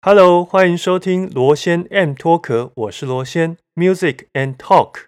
Hello，欢迎收听罗先 M 脱壳，我是罗先 Music and Talk。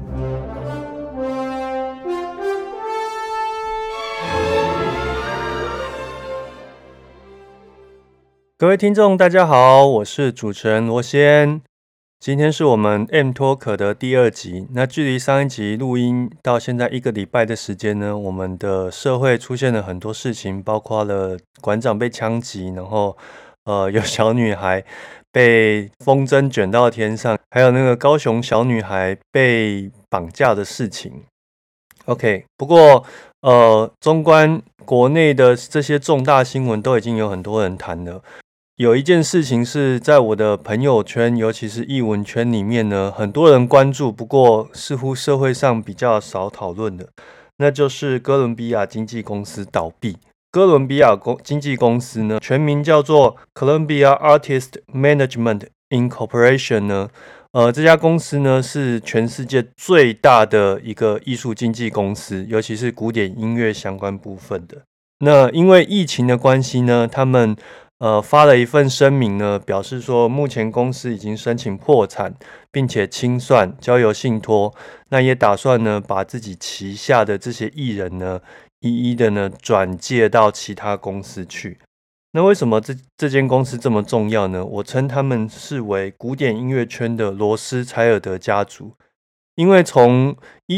各位听众，大家好，我是主持人罗先。今天是我们 M 脱壳的第2集。那距离上一集录音到现在1个礼拜的时间呢，我们的社会出现了很多事情，包括了馆长被枪击，然后有小女孩被风筝卷到天上，还有那个高雄小女孩被绑架的事情。OK， 不过纵观国内的这些重大新闻，都已经有很多人谈了。有一件事情是在我的朋友圈，尤其是艺文圈里面呢，很多人关注，不过似乎社会上比较少讨论的，那就是哥伦比亚经纪公司倒闭。哥伦比亚经纪公司呢，全名叫做 Columbia Artist Management Incorporation 呢，这家公司呢是全世界最大的一个艺术经纪公司，尤其是古典音乐相关部分的。那因为疫情的关系呢，他们发了一份声明呢，表示说目前公司已经申请破产，并且清算交由信托，那也打算呢把自己旗下的这些艺人呢，一一的呢转介到其他公司去。那为什么这间公司这么重要呢？我称他们是为古典音乐圈的罗斯柴尔德家族，因为从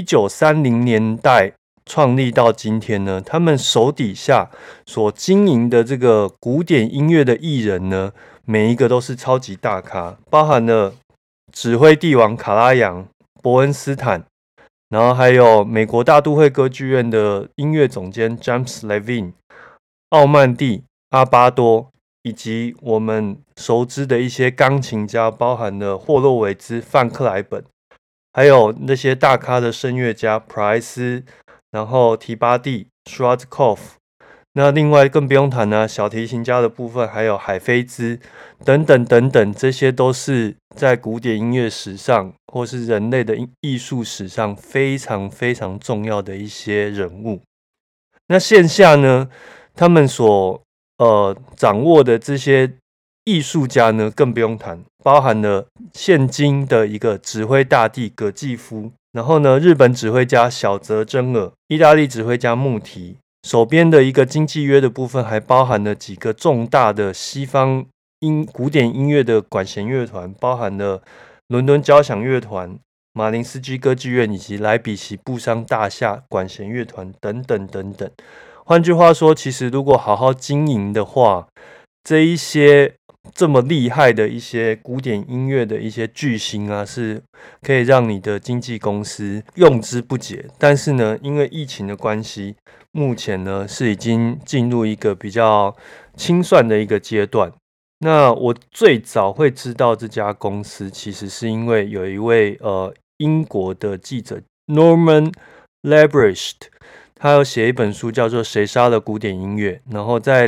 1930年代创立到今天呢，他们手底下所经营的这个古典音乐的艺人呢，每一个都是超级大咖，包含了指挥帝王卡拉扬、伯恩斯坦，然后还有美国大都会歌剧院的音乐总监 James Levine、奥曼蒂、阿巴多，以及我们熟知的一些钢琴家，包含了霍洛维兹、范克莱本，还有那些大咖的声乐家普莱斯，然后提巴蒂、Schwarzkopf， 那另外更不用谈呢，小提琴家的部分还有海菲兹等等等等，这些都是在古典音乐史上或是人类的艺术史上非常非常重要的一些人物。那线下呢，他们所掌握的这些艺术家呢，更不用谈，包含了现今的一个指挥大帝葛季夫，然后呢，日本指挥家小泽征尔，意大利指挥家穆提，手边的一个经纪约的部分还包含了几个重大的西方古典音乐的管弦乐团，包含了伦敦交响乐团、马林斯基歌剧院以及莱比锡布商大厦管弦乐团等等等等。换句话说，其实如果好好经营的话，这一些这么厉害的一些古典音乐的一些巨星啊，是可以让你的经纪公司用之不竭。但是呢，因为疫情的关系，目前呢是已经进入一个比较清算的一个阶段。那我最早会知道这家公司，其实是因为有一位英国的记者 Norman Labrist， 他有写一本书叫做《谁杀了古典音乐》，然后在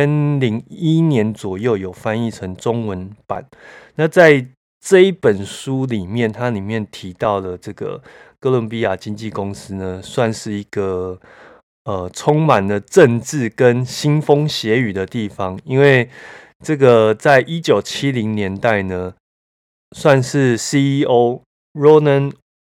2001年左右有翻译成中文版。那在这一本书里面，它里面提到了这个哥伦比亚经纪公司呢，算是一个充满了政治跟腥风血雨的地方，因为这个在1970年代呢，算是 CEO Ronan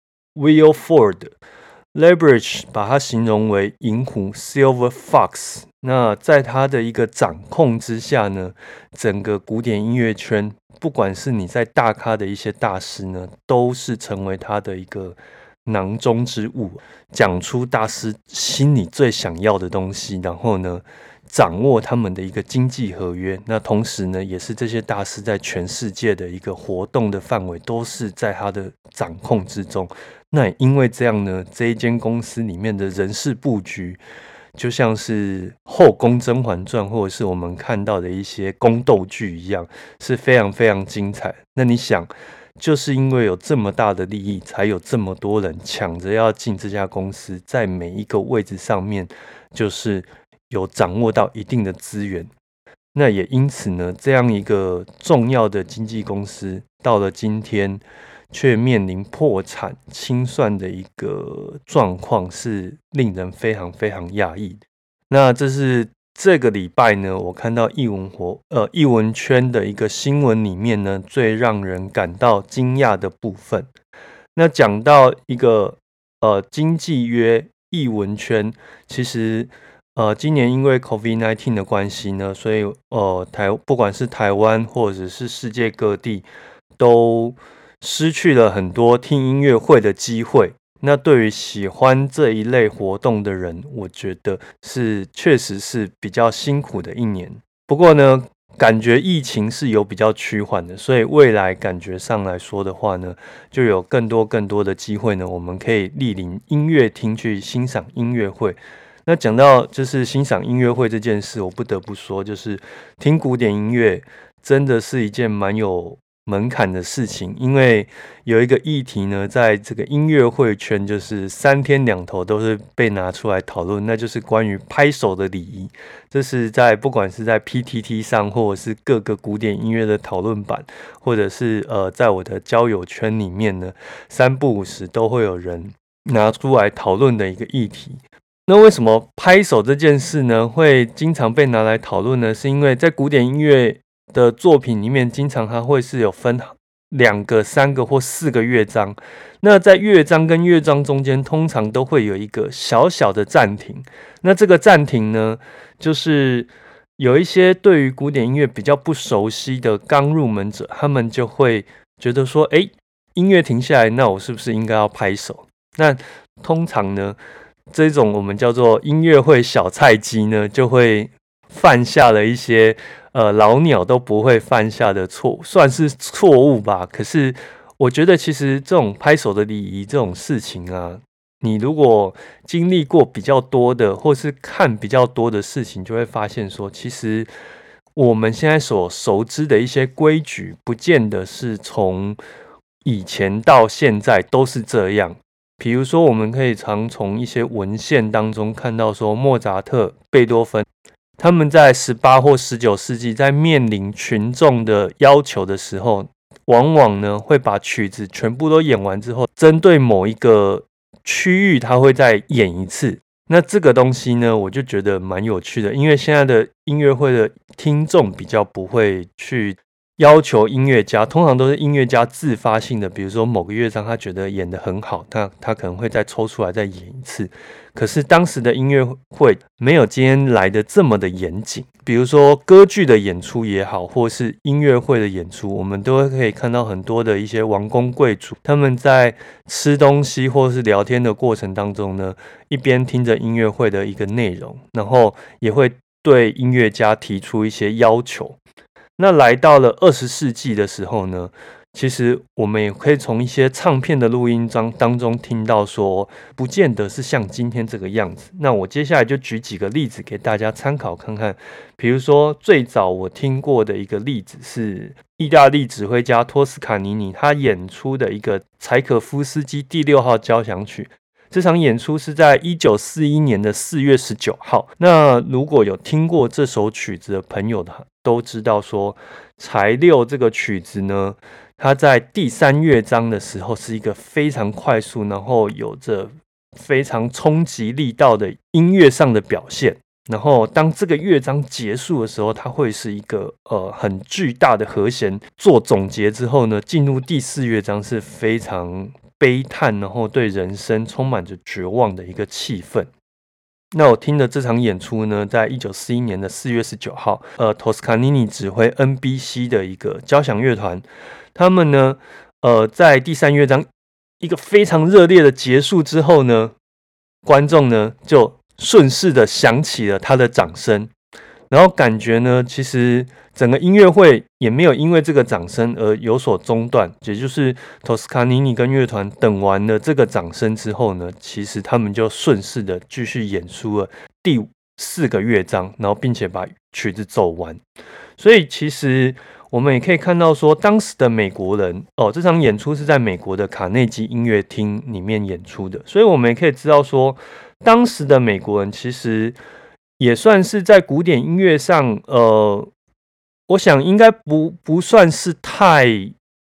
Wilford Leverage 把它形容为银狐 Silver Fox。那在他的一个掌控之下呢，整个古典音乐圈，不管是你在大咖的一些大师呢，都是成为他的一个囊中之物，讲出大师心里最想要的东西，然后呢，掌握他们的一个经济合约。那同时呢，也是这些大师在全世界的一个活动的范围都是在他的掌控之中。那也因为这样呢，这一间公司里面的人事布局，就像是后宫《甄嬛传》或者是我们看到的一些宫斗剧一样，是非常非常精彩。那你想，就是因为有这么大的利益，才有这么多人抢着要进这家公司，在每一个位置上面，就是有掌握到一定的资源。那也因此呢，这样一个重要的经纪公司，到了今天却面临破产清算的一个状况，是令人非常非常讶异的。那这是这个礼拜呢，我看到艺文圈的一个新闻里面呢，最让人感到惊讶的部分。那讲到一个经纪约艺文圈，其实今年因为 COVID-19 的关系呢，所以不管是台湾或者是世界各地，都失去了很多听音乐会的机会。那对于喜欢这一类活动的人，我觉得确实是比较辛苦的一年。不过呢，感觉疫情是有比较趋缓的，所以未来感觉上来说的话呢，就有更多的机会呢，我们可以莅临音乐厅去欣赏音乐会。那讲到就是欣赏音乐会这件事，我不得不说，就是听古典音乐真的是一件蛮有门槛的事情，因为有一个议题呢，在这个音乐会圈就是3天2头都是被拿出来讨论，那就是关于拍手的礼仪。这是不管是在 PTT 上，或者是各个古典音乐的讨论版，或者是在我的交友圈里面呢，3不5时都会有人拿出来讨论的一个议题。那为什么拍手这件事呢，会经常被拿来讨论呢？是因为在古典音乐的作品里面，经常它会是有分2个、3个或4个乐章。那在乐章跟乐章中间，通常都会有一个小小的暂停。那这个暂停呢，就是有一些对于古典音乐比较不熟悉的刚入门者，他们就会觉得说，音乐停下来，那我是不是应该要拍手？那通常呢，这种我们叫做音乐会小菜鸡呢，就会犯下了一些老鸟都不会犯下的错误，算是错误吧。可是我觉得，其实这种拍手的礼仪这种事情啊，你如果经历过比较多的，或是看比较多的事情，就会发现说，其实我们现在所熟知的一些规矩，不见得是从以前到现在都是这样。比如说，我们可以常从一些文献当中看到说，莫扎特、贝多芬他们在18或19世纪在面临群众的要求的时候，往往呢会把曲子全部都演完之后，针对某一个区域，他会再演一次。那这个东西呢，我就觉得蛮有趣的，因为现在的音乐会的听众比较不会去要求音乐家，通常都是音乐家自发性的，比如说某个乐章他觉得演得很好，他可能会再抽出来再演一次。可是当时的音乐会没有今天来的这么的严谨，比如说歌剧的演出也好，或是音乐会的演出，我们都可以看到很多的一些王公贵族，他们在吃东西或是聊天的过程当中呢，一边听着音乐会的一个内容，然后也会对音乐家提出一些要求。那来到了20世纪的时候呢，其实我们也可以从一些唱片的录音当中听到说，不见得是像今天这个样子。那我接下来就举几个例子给大家参考看看。比如说，最早我听过的一个例子是意大利指挥家托斯卡尼尼他演出的一个柴可夫斯基第6号交响曲。这场演出是在1941年的4月19号。那如果有听过这首曲子的朋友都知道说，柴6这个曲子呢，它在第3乐章的时候是一个非常快速，然后有着非常冲击力道的音乐上的表现。然后当这个乐章结束的时候，它会是一个很巨大的和弦做总结之后呢，进入第4乐章是非常悲叹，然后对人生充满着绝望的一个气氛。那我听的这场演出呢，在1941年的4月19号，托斯卡尼尼指挥 NBC 的一个交响乐团，他们呢，在第3乐章一个非常热烈的结束之后呢，观众呢就顺势的响起了他的掌声，然后感觉呢，其实整个音乐会也没有因为这个掌声而有所中断，也就是托斯卡尼尼跟乐团等完了这个掌声之后呢，其实他们就顺势的继续演出了第4个乐章，然后并且把曲子走完。所以其实我们也可以看到说，当时的美国人这场演出是在美国的卡内基音乐厅里面演出的，所以我们也可以知道说，当时的美国人其实也算是在古典音乐上，我想应该不算是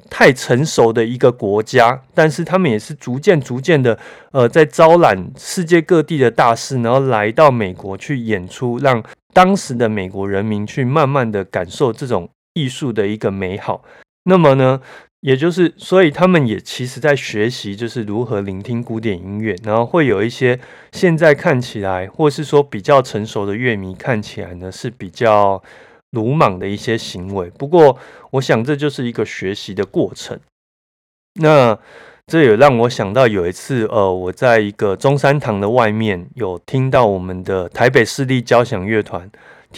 太成熟的一个国家，但是他们也是逐渐的在招揽世界各地的大师，然后来到美国去演出，让当时的美国人民去慢慢的感受这种艺术的一个美好。那么呢，也就是所以他们也其实在学习就是如何聆听古典音乐，然后会有一些现在看起来或是说比较成熟的乐迷看起来呢是比较鲁莽的一些行为，不过我想这就是一个学习的过程。那这也让我想到有一次我在一个中山堂的外面有听到我们的台北市立交响乐团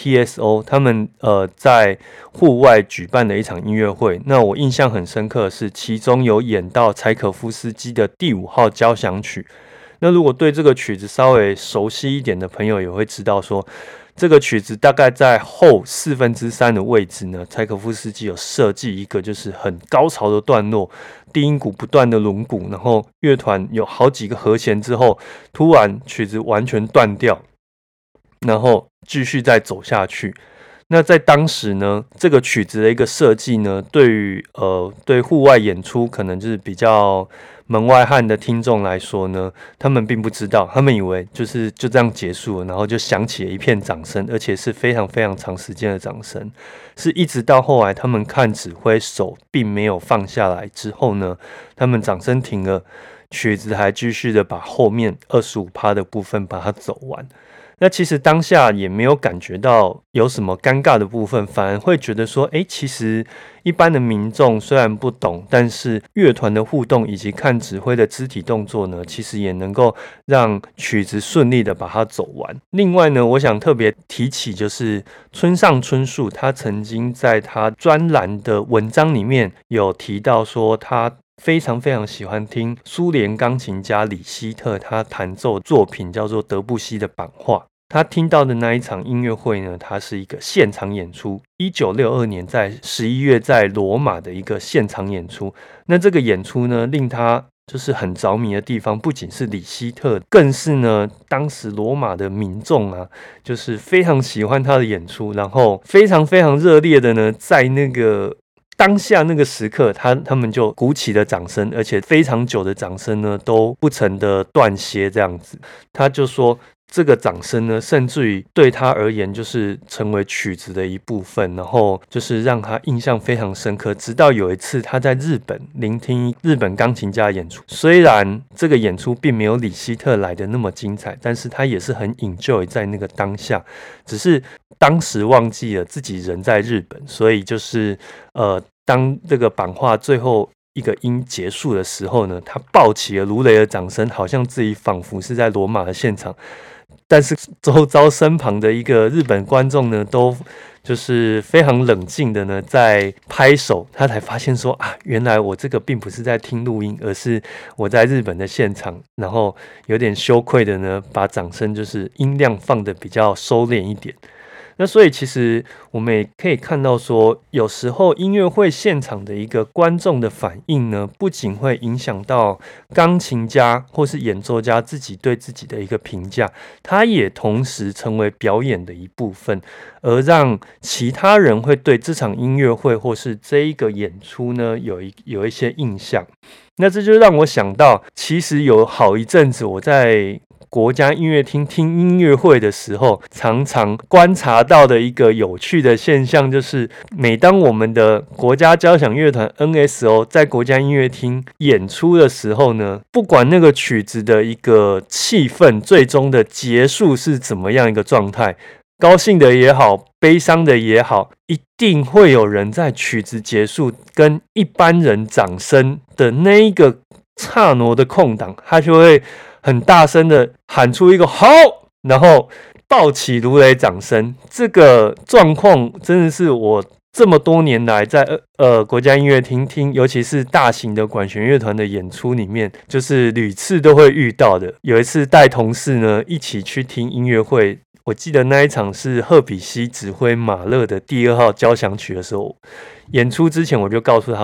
TSO 他们在户外举办的一场音乐会。那我印象很深刻的是其中有演到柴可夫斯基的第5号交响曲。那如果对这个曲子稍微熟悉一点的朋友也会知道说，这个曲子大概在后3/4的位置呢，柴可夫斯基有设计一个就是很高潮的段落，低音鼓不断的轮鼓，然后乐团有好几个和弦之后，突然曲子完全断掉，然后继续再走下去。那在当时呢，这个曲子的一个设计呢，对户外演出可能就是比较门外汉的听众来说呢，他们并不知道，他们以为就这样结束了，然后就响起了一片掌声，而且是非常非常长时间的掌声，是一直到后来他们看指挥手并没有放下来之后呢，他们掌声停了，曲子还继续的把后面25%的部分把它走完。那其实当下也没有感觉到有什么尴尬的部分，反而会觉得说，其实一般的民众虽然不懂，但是乐团的互动以及看指挥的肢体动作呢，其实也能够让曲子顺利的把它走完。另外呢，我想特别提起就是村上春树，他曾经在他专栏的文章里面有提到说，他非常非常喜欢听苏联钢琴家李希特他弹奏作品叫做德布西的版画。他听到的那一场音乐会呢，它是一个现场演出，1962年在11月在罗马的一个现场演出。那这个演出呢，令他就是很着迷的地方，不仅是李希特，更是呢当时罗马的民众啊，就是非常喜欢他的演出，然后非常非常热烈的呢，在那个当下那个时刻，他们就鼓起了掌声，而且非常久的掌声呢，都不曾的断歇这样子。他就说，这个掌声呢，甚至于对他而言，就是成为曲子的一部分，然后就是让他印象非常深刻。直到有一次他在日本聆听日本钢琴家的演出，虽然这个演出并没有李希特来的那么精彩，但是他也是很 enjoy 在那个当下，只是当时忘记了自己人在日本，所以就是当这个版画最后一个音结束的时候呢，他爆起了如雷的掌声，好像自己仿佛是在罗马的现场。但是周遭身旁的一个日本观众呢，都就是非常冷静的呢，在拍手，他才发现说啊，原来我这个并不是在听录音，而是我在日本的现场，然后有点羞愧的呢，把掌声就是音量放得比较收敛一点。那所以其实我们也可以看到说，有时候音乐会现场的一个观众的反应呢，不仅会影响到钢琴家或是演奏家自己对自己的一个评价，它也同时成为表演的一部分，而让其他人会对这场音乐会或是这一个演出呢有一些印象。那这就让我想到，其实有好一阵子我在国家音乐厅听音乐会的时候，常常观察到的一个有趣的现象，就是每当我们的国家交响乐团 NSO 在国家音乐厅演出的时候呢，不管那个曲子的一个气氛最终的结束是怎么样一个状态，高兴的也好，悲伤的也好，一定会有人在曲子结束跟一般人掌声的那一个刹那的空档，他就会很大声的喊出一个好，然后爆起如雷掌声。这个状况真的是我这么多年来在国家音乐厅听，尤其是大型的管弦乐团的演出里面，就是屡次都会遇到的。有一次带同事呢一起去听音乐会，我记得那一场是赫比西指挥马勒的第2号交响曲的时候，演出之前我就告诉他说，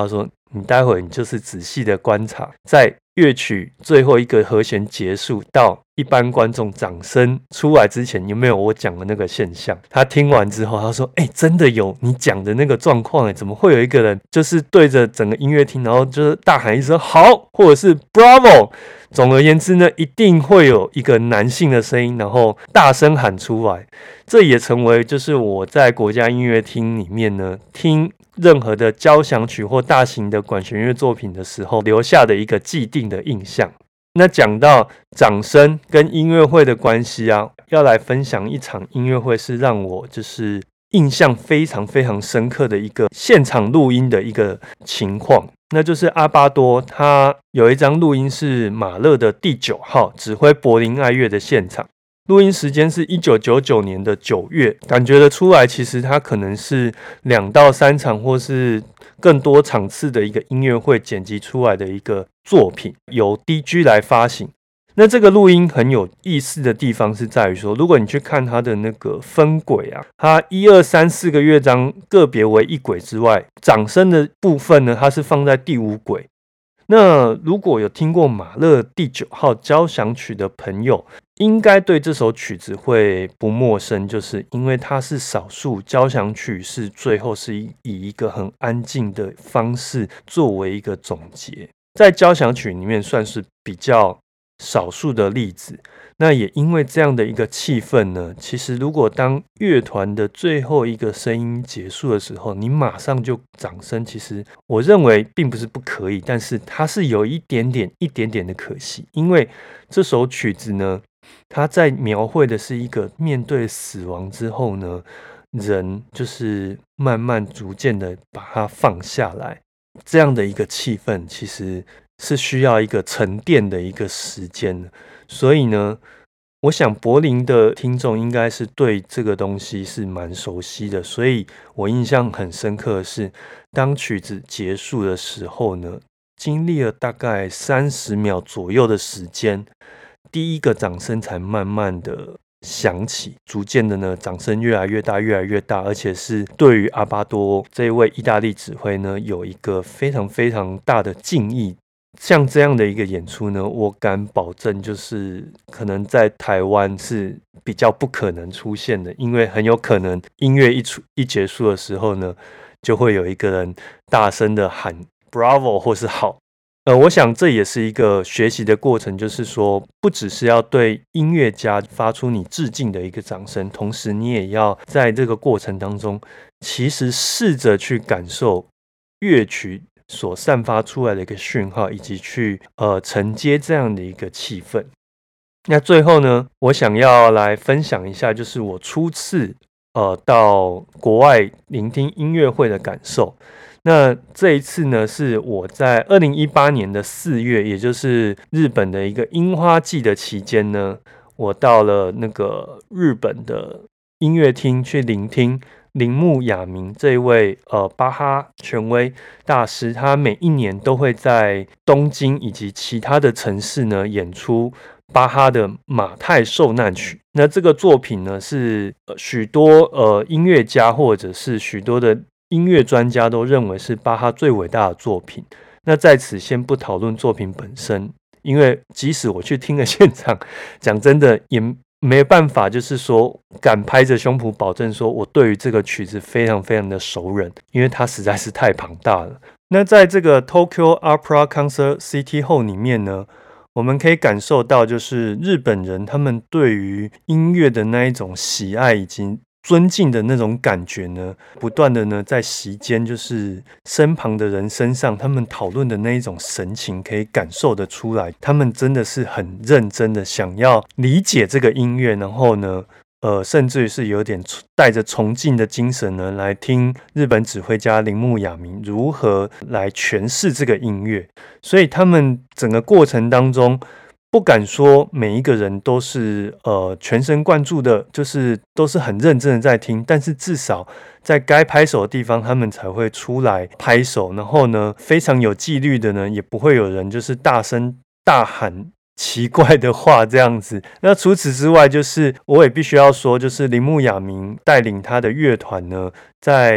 你待会你就是仔细的观察，在乐曲最后一个和弦结束到一般观众掌声出来之前，有没有我讲的那个现象？他听完之后，他说：“真的有你讲的那个状况，怎么会有一个人就是对着整个音乐厅，然后就是大喊一声好，或者是 Bravo。”总而言之呢，一定会有一个男性的声音，然后大声喊出来。这也成为就是我在国家音乐厅里面呢，听任何的交响曲或大型的管弦乐作品的时候留下的一个既定的印象。那讲到掌声跟音乐会的关系啊，要来分享一场音乐会是让我就是印象非常非常深刻的一个现场录音的一个情况。那就是阿巴多他有一张录音是马勒的第9号指挥柏林爱乐的现场，录音时间是1999年的9月，感觉得出来其实它可能是2到3场或是更多场次的一个音乐会剪辑出来的一个作品，由 DG 来发行。那这个录音很有意思的地方是在于说，如果你去看它的那个分轨啊，它1、2、3、4个乐章个别为一轨之外，掌声的部分呢，它是放在第5轨。那如果有听过马勒第9号交响曲的朋友，应该对这首曲子会不陌生，就是因为它是少数交响曲是最后是以一个很安静的方式作为一个总结，在交响曲里面算是比较少数的例子。那也因为这样的一个气氛呢，其实如果当乐团的最后一个声音结束的时候，你马上就掌声，其实我认为并不是不可以，但是它是有一点点的可惜，因为这首曲子呢，它在描绘的是一个面对死亡之后呢，人就是慢慢逐渐的把它放下来，这样的一个气氛其实是需要一个沉淀的一个时间的。所以呢，我想柏林的听众应该是对这个东西是蛮熟悉的，所以我印象很深刻的是，当曲子结束的时候呢，经历了大概30秒左右的时间，第一个掌声才慢慢的响起，逐渐的呢，掌声越来越大，越来越大，而且是对于阿巴多这一位意大利指挥呢，有一个非常非常大的敬意。像这样的一个演出呢，我敢保证，就是可能在台湾是比较不可能出现的，因为很有可能音乐一结束的时候呢，就会有一个人大声的喊 Bravo 或是好。我想这也是一个学习的过程，就是说，不只是要对音乐家发出你致敬的一个掌声，同时你也要在这个过程当中，其实试着去感受乐曲所散发出来的一个讯号，以及去承接这样的一个气氛。那最后呢，我想要来分享一下，就是我初次到国外聆听音乐会的感受。那这一次呢，是我在2018年的4月，也就是日本的一个樱花季的期间呢，我到了那个日本的音乐厅去聆听铃木雅明这一位巴哈权威大师，他每一年都会在东京以及其他的城市呢演出巴哈的马太受难曲。那这个作品呢是许多音乐家或者是许多的音乐专家都认为是巴哈最伟大的作品。那在此先不讨论作品本身，因为即使我去听了现场，讲真的也没办法，就是说敢拍着胸脯保证说我对于这个曲子非常非常的熟稔，因为它实在是太庞大了。那在这个 Tokyo Opera Concert City Hall 里面呢，我们可以感受到就是日本人他们对于音乐的那一种喜爱以及尊敬的那种感觉呢，不断的呢在席间就是身旁的人身上，他们讨论的那一种神情可以感受得出来，他们真的是很认真的想要理解这个音乐，然后呢甚至于是有点带着崇敬的精神呢，来听日本指挥家铃木雅明如何来诠释这个音乐。所以他们整个过程当中，不敢说每一个人都是全神贯注的，就是都是很认真的在听，但是至少在该拍手的地方，他们才会出来拍手。然后呢，非常有纪律的呢，也不会有人就是大声大喊奇怪的话这样子。那除此之外，就是我也必须要说，就是铃木雅明带领他的乐团呢，在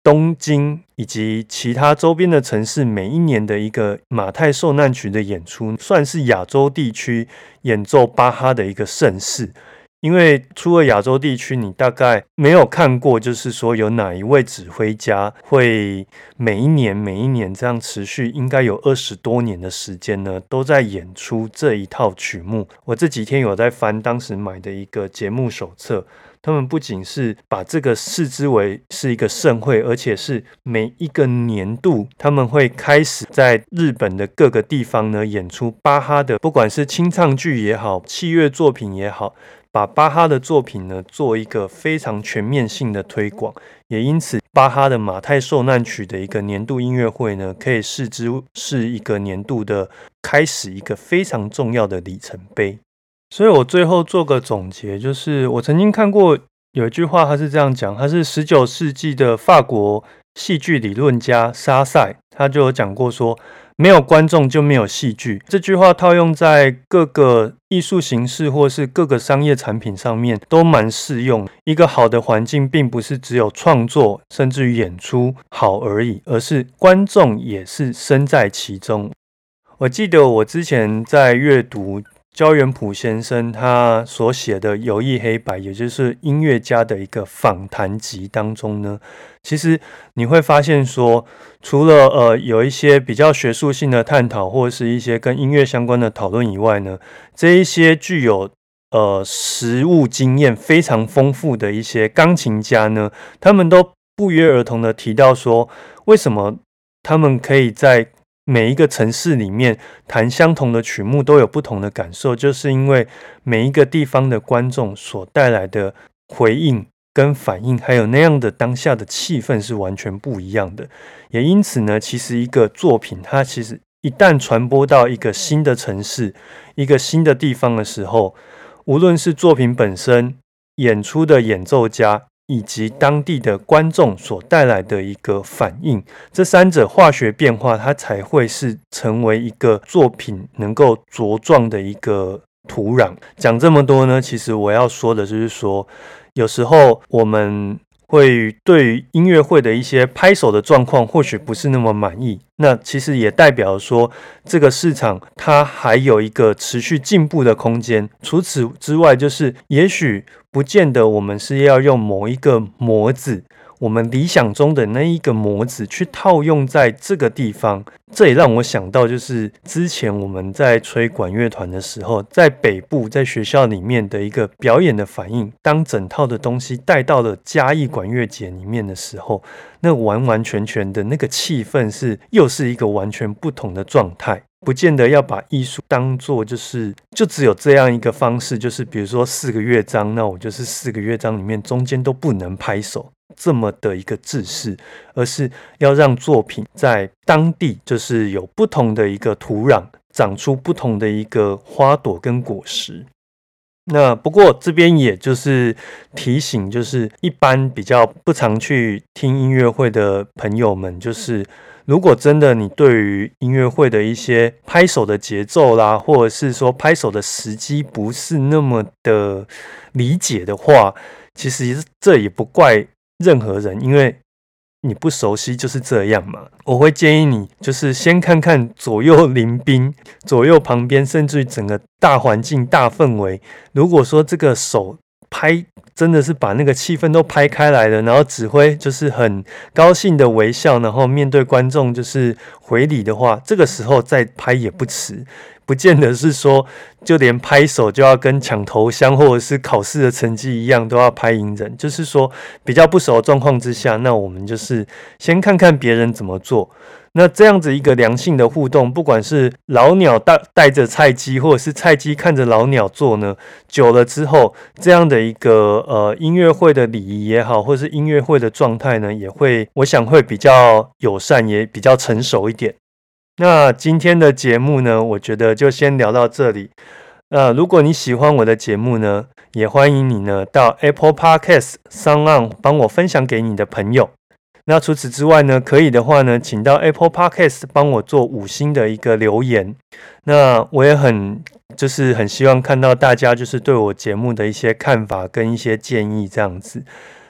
东京以及其他周边的城市每一年的一个马太受难曲的演出，算是亚洲地区演奏巴哈的一个盛事。因为除了亚洲地区，你大概没有看过，就是说有哪一位指挥家会每一年这样持续，应该有20多年的时间呢，都在演出这一套曲目。我这几天有在翻当时买的一个节目手册，他们不仅是把这个视之为是一个盛会，而且是每一个年度他们会开始在日本的各个地方呢演出巴哈的，不管是清唱剧也好，器乐作品也好，把巴哈的作品呢做一个非常全面性的推广，也因此巴哈的马太受难曲的一个年度音乐会呢，可以视之是一个年度的开始，一个非常重要的里程碑。所以我最后做个总结，就是我曾经看过有一句话，他是这样讲，他是19世纪的法国戏剧理论家沙塞，他就有讲过说，没有观众就没有戏剧。这句话套用在各个艺术形式或是各个商业产品上面都蛮适用。一个好的环境并不是只有创作甚至于演出好而已，而是观众也是身在其中。我记得我之前在阅读焦元溥先生他所写的《游艺黑白》，也就是音乐家的一个访谈集当中呢，其实你会发现说，除了有一些比较学术性的探讨，或是一些跟音乐相关的讨论以外呢，这一些具有实务经验非常丰富的一些钢琴家呢，他们都不约而同的提到说，为什么他们可以在每一个城市里面弹相同的曲目都有不同的感受，就是因为每一个地方的观众所带来的回应跟反应，还有那样的当下的气氛是完全不一样的。也因此呢，其实一个作品它其实一旦传播到一个新的城市，一个新的地方的时候，无论是作品本身、演出的演奏家以及当地的观众所带来的一个反应，这三者化学变化，它才会是成为一个作品能够茁壮的一个土壤。讲这么多呢，其实我要说的就是说，有时候我们会对于音乐会的一些拍手的状况或许不是那么满意，那其实也代表说这个市场它还有一个持续进步的空间。除此之外，就是也许不见得我们是要用某一个模子，我们理想中的那一个模子去套用在这个地方。这也让我想到，就是之前我们在吹管乐团的时候，在北部在学校里面的一个表演的反应，当整套的东西带到了嘉义管乐节里面的时候，那完完全全的那个气氛又是一个完全不同的状态。不见得要把艺术当作就只有这样一个方式，就是比如说4个乐章，那我就是4个乐章里面中间都不能拍手这么的一个制式，而是要让作品在当地就是有不同的一个土壤，长出不同的一个花朵跟果实。那不过这边也就是提醒，就是一般比较不常去听音乐会的朋友们，就是如果真的你对于音乐会的一些拍手的节奏啦，或者是说拍手的时机不是那么的理解的话，其实这也不怪任何人，因为你不熟悉就是这样嘛。我会建议你就是先看看左右邻兵，左右旁边，甚至于整个大环境大氛围。如果说这个手拍真的是把那个气氛都拍开来了，然后指挥就是很高兴的微笑，然后面对观众就是回礼的话，这个时候再拍也不迟。不见得是说就连拍手就要跟抢头香或者是考试的成绩一样都要拍赢人，就是说比较不熟的状况之下，那我们就是先看看别人怎么做。那这样子一个良性的互动，不管是老鸟带着菜鸡，或者是菜鸡看着老鸟做呢，久了之后，这样的一个音乐会的礼仪也好，或者是音乐会的状态呢，也会我想会比较友善，也比较成熟一点。那今天的节目呢，我觉得就先聊到这里。如果你喜欢我的节目呢，也欢迎你呢到 Apple Podcast、SoundOn 帮我分享给你的朋友。那除此之外呢，可以的话呢，请到 Apple Podcast 帮我做5星的一个留言。那我也很希望看到大家就是对我节目的一些看法跟一些建议这样子。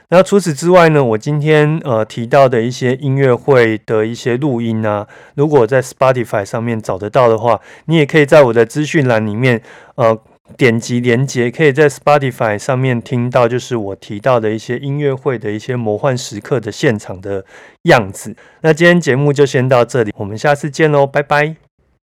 那除此之外呢，我今天提到的一些音乐会的一些录音啊，如果在 Spotify 上面找得到的话，你也可以在我的资讯栏里面点击连结，可以在 Spotify 上面听到就是我提到的一些音乐会的一些魔幻时刻的现场的样子。那今天节目就先到这里，我们下次见喽，拜拜。